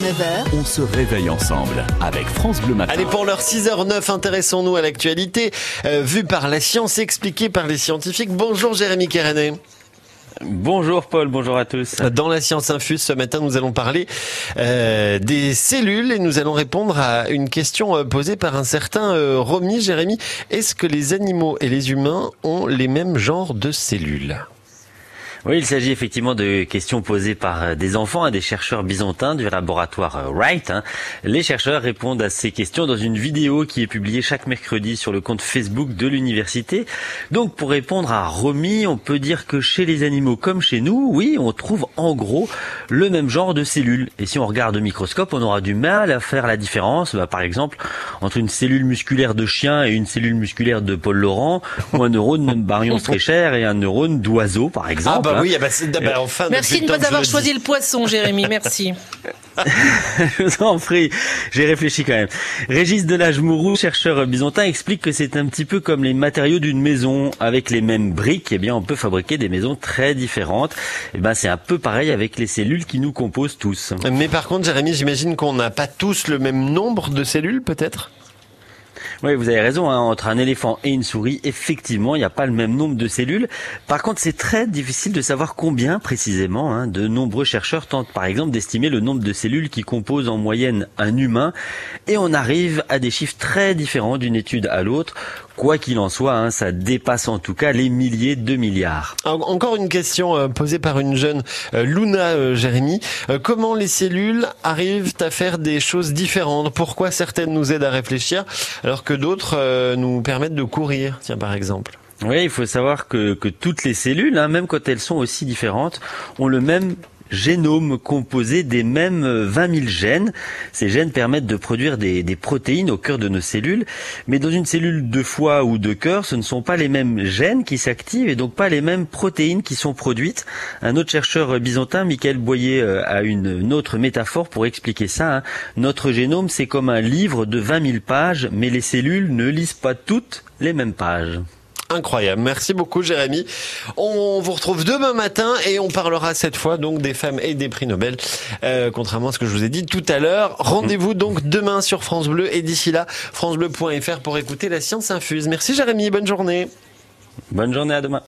9h. On se réveille ensemble avec France Bleu Matin. Allez, pour l'heure 6h09, intéressons-nous à l'actualité vue par la science, expliquée par les scientifiques. Bonjour Jérémy Kérané. Bonjour Paul, bonjour à tous. Dans la Science Infuse, ce matin, nous allons parler des cellules et nous allons répondre à une question posée par un certain Romy. Jérémy, est-ce que les animaux et les humains ont les mêmes genres de cellules ? Oui, il s'agit effectivement de questions posées par des enfants, des chercheurs byzantins du laboratoire Wright. Les chercheurs répondent à ces questions dans une vidéo qui est publiée chaque mercredi sur le compte Facebook de l'université. Donc pour répondre à Romy, on peut dire que chez les animaux comme chez nous, oui, on trouve en gros le même genre de cellules. Et si on regarde au microscope, on aura du mal à faire la différence, par exemple, entre une cellule musculaire de chien et une cellule musculaire de Paul Laurent, ou un neurone de Marion Streicher et un neurone d'oiseau, par exemple. Ah bah oui, enfin... Merci de ne pas avoir choisi le poisson, Jérémy, merci. Je vous en prie, j'ai réfléchi quand même. Régis Delage-Mourou, chercheur byzantin, explique que c'est un petit peu comme les matériaux d'une maison. Avec les mêmes briques, eh bien, on peut fabriquer des maisons très différentes. Eh ben, c'est un peu pareil avec les cellules qui nous composent tous. Mais par contre, Jérémy, j'imagine qu'on n'a pas tous le même nombre de cellules, peut-être ? Oui, vous avez raison, entre un éléphant et une souris, effectivement, il n'y a pas le même nombre de cellules. Par contre, c'est très difficile de savoir combien précisément. De nombreux chercheurs tentent par exemple d'estimer le nombre de cellules qui composent en moyenne un humain, et on arrive à des chiffres très différents d'une étude à l'autre. Quoi qu'il en soit, ça dépasse en tout cas les milliers de milliards. Encore une question posée par une jeune Luna, Jérémy. Comment les cellules arrivent à faire des choses différentes ? Pourquoi certaines nous aident à réfléchir alors que d'autres nous permettent de courir, tiens, par exemple ? Oui, il faut savoir que toutes les cellules, même quand elles sont aussi différentes, ont le même génome composé des mêmes 20 000 gènes. Ces gènes permettent de produire des protéines au cœur de nos cellules. Mais dans une cellule de foie ou de cœur, ce ne sont pas les mêmes gènes qui s'activent et donc pas les mêmes protéines qui sont produites. Un autre chercheur byzantin, Michael Boyer, a une autre métaphore pour expliquer ça. Notre génome, c'est comme un livre de 20 000 pages, mais les cellules ne lisent pas toutes les mêmes pages. Incroyable. Merci beaucoup, Jérémy. On vous retrouve demain matin et on parlera cette fois donc des femmes et des prix Nobel, contrairement à ce que je vous ai dit tout à l'heure. Rendez-vous donc demain sur France Bleu et d'ici là, francebleu.fr pour écouter la Science Infuse. Merci, Jérémy. Bonne journée. Bonne journée, à demain.